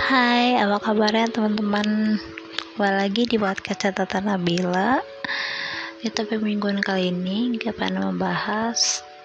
Hai, apa kabarnya teman-teman? Kembali lagi di podcast catatan Nabila. Di topik mingguan kali ini kita akan membahas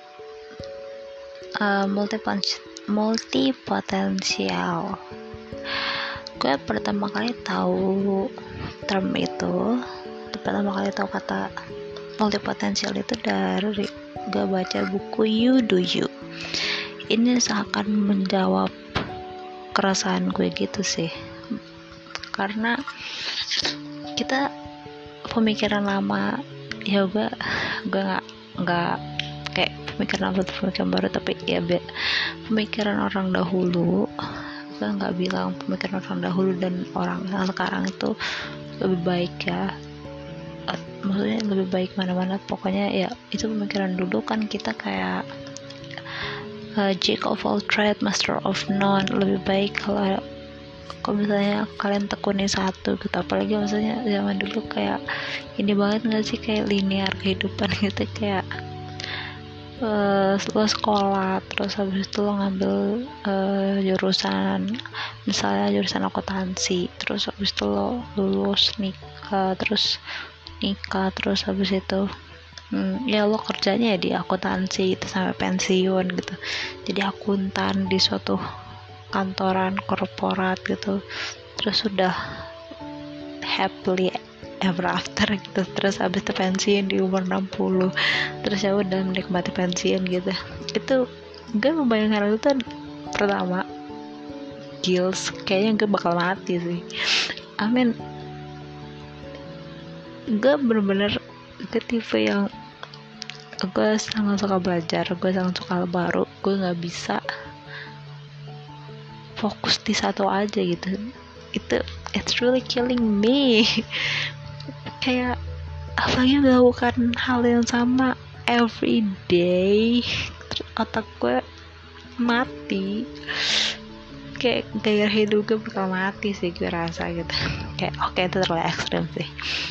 multipotensial. Gue pertama kali tahu term itu, pertama kali tahu kata multipotensial itu dari gue baca buku You Do You. Ini seakan menjawab keresahan gue gitu sih, karena kita pemikiran lama ya gue nggak kayak pemikiran lama atau pemikiran baru, tapi ya pemikiran orang dahulu. Gue nggak bilang pemikiran orang dahulu dan orang yang sekarang itu lebih baik ya, maksudnya lebih baik mana-mana, pokoknya ya itu pemikiran dulu kan kita kayak Jack of all trade, master of none. Lebih baik kalau misalnya kalian tekuni satu gitu, apalagi maksudnya zaman dulu kayak ini banget nggak sih, kayak linear kehidupan gitu, kayak lo sekolah terus habis itu lo ngambil jurusan, misalnya jurusan akuntansi, terus habis itu lo lulus nikah, terus habis itu ya lo kerjanya ya di akuntansi itu sampai pensiun gitu, jadi akuntan di suatu kantoran korporat gitu, terus sudah happily ever after gitu, terus habis itu pensiun di umur 60, terus ya udah menikmati pensiun gitu. Itu gue membayangkan itu pertama gils, kayaknya gue bakal mati sih. Gue bener-bener gue tipe yang gue sangat suka belajar, gue sangat suka hal baru, gue nggak bisa fokus di satu aja gitu. It's really killing me. Kayak apalagi melakukan hal yang sama every day, otak gue mati, kayak gaya hidup gue bakal mati sih gue rasa gitu. Kayak oke, itu terlalu ekstrim sih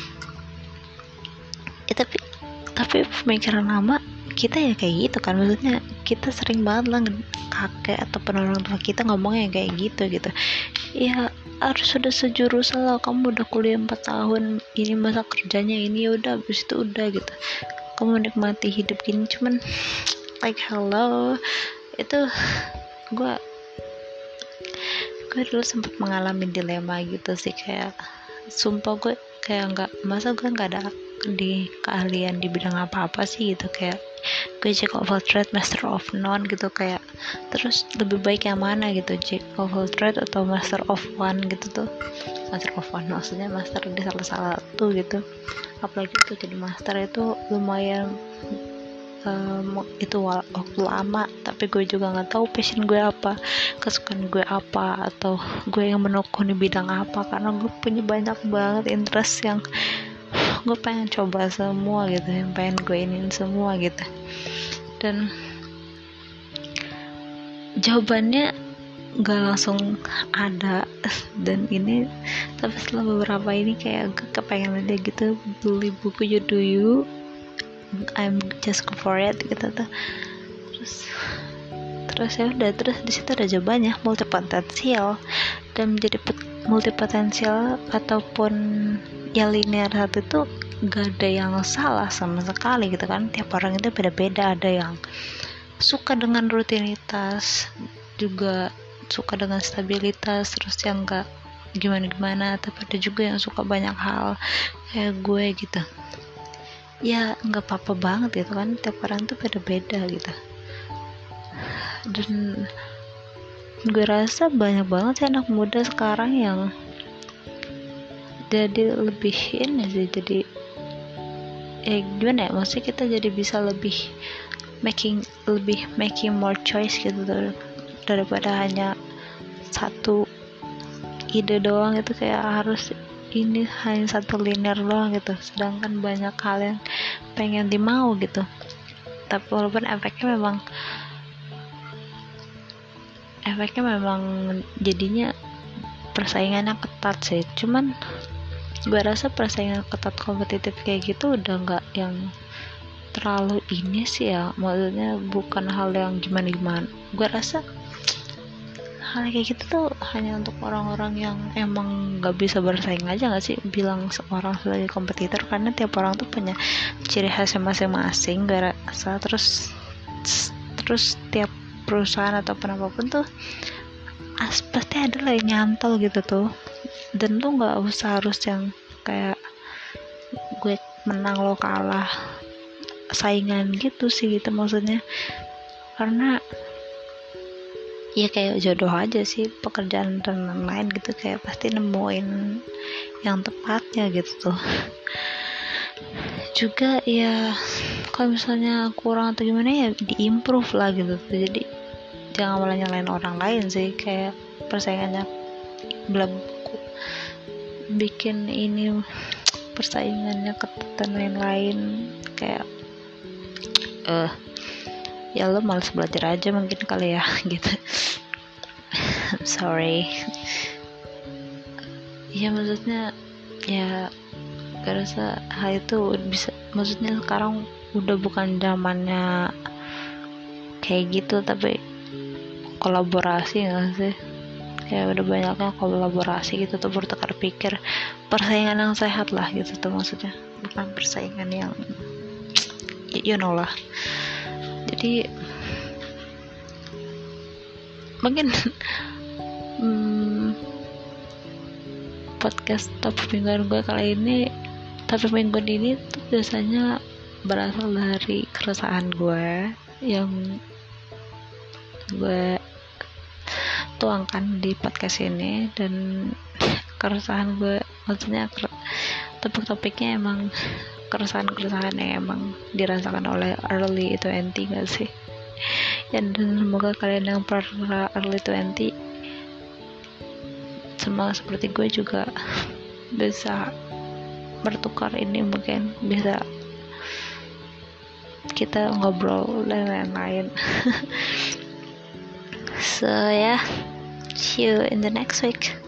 ya, tapi pemikiran lama kita ya kayak gitu kan, maksudnya kita sering banget lah kakek ataupun orang tua kita ngomongnya kayak gitu ya, harus sudah sejurusan lah, kamu udah kuliah 4 tahun ini, masa kerjanya ini, ya udah habis itu udah gitu, kamu nikmati hidup gini. Cuman like hello, itu gue dulu sempat mengalami dilema gitu sih, kayak sumpah gue kayak masa gue nggak ada di keahlian di bidang apa-apa sih gitu, kayak gue Jack of all trade, master of none gitu, kayak terus lebih baik yang mana gitu, Jack of all trade atau master of one gitu tuh. Master of one maksudnya master di salah satu gitu, apalagi tuh jadi master itu lumayan itu waktu lama, tapi gue juga nggak tahu passion gue apa, kesukaan gue apa, atau gue yang menekuni bidang apa, karena gue punya banyak banget interest yang gue pengen coba semua gitu, yang pengen gue iniin semua gitu, dan jawabannya gak langsung ada. Dan ini tapi setelah beberapa ini kayak gue kepengen aja gitu beli buku You Do You, I'm just go for it gitu tuh. Terus ya udah, terus di situ ada jawabannya, multipotensial. Dan menjadi multipotensial ataupun ya linear satu itu gak ada yang salah sama sekali gitu kan. Tiap orang itu beda-beda, ada yang suka dengan rutinitas, juga suka dengan stabilitas, terus yang gak gimana-gimana, tapi ada juga yang suka banyak hal kayak gue gitu. Ya nggak apa-apa banget gitu kan, tiap orang tuh beda-beda gitu. Dan gue rasa banyak banget sih anak muda sekarang yang jadi lebih ini sih, jadi gimana ya, maksudnya kita jadi bisa lebih making more choice gitu daripada hanya satu ide doang, itu kayak harus ini hanya satu linear doang gitu, sedangkan banyak hal yang pengen dimau gitu. Tapi walaupun efeknya memang jadinya persaingannya ketat sih, cuman gue rasa persaingan ketat kompetitif kayak gitu udah nggak yang terlalu ini sih ya, maksudnya bukan hal yang gimana-gimana. Gue rasa hal kayak gitu tuh hanya untuk orang-orang yang emang gak bisa bersaing aja gak sih bilang seorang sebagai kompetitor, karena tiap orang tuh punya ciri khasnya masing-masing gak rasa, terus tiap perusahaan ataupun apapun tuh pasti ada lah yang nyantol gitu tuh, dan tuh gak usah harus yang kayak gue menang lo kalah saingan gitu sih gitu maksudnya, karena ya kayak jodoh aja sih pekerjaan dan lain-lain gitu, kayak pasti nemuin yang tepatnya gitu tuh. Juga ya kalau misalnya kurang atau gimana ya diimprove lah gitu tuh, jadi jangan malah nyalain orang lain sih, kayak persaingannya belum bikin ini persaingannya ketat dan lain-lain, kayak ya lo malas belajar aja mungkin kali ya gitu. I'm sorry. Ya maksudnya ya gak rasa hal itu bisa, maksudnya sekarang udah bukan zamannya kayak gitu, tapi kolaborasi gak sih, kayak udah banyaknya kolaborasi gitu tuh, bertukar pikir, persaingan yang sehat lah gitu tuh maksudnya, bukan persaingan yang you know lah. Jadi mungkin podcast topik mingguan gue kali ini, topik mingguan ini tuh biasanya berasal dari keresahan gue yang gue tuangkan di podcast ini, dan keresahan gue maksudnya topik-topiknya emang keresahan-keresahan yang emang dirasakan oleh early 20 gak sih ya, dan semoga kalian yang pernah early 20 sama seperti gue juga bisa bertukar ini, mungkin bisa kita ngobrol dan lain-lain. So yeah, see you in the next week.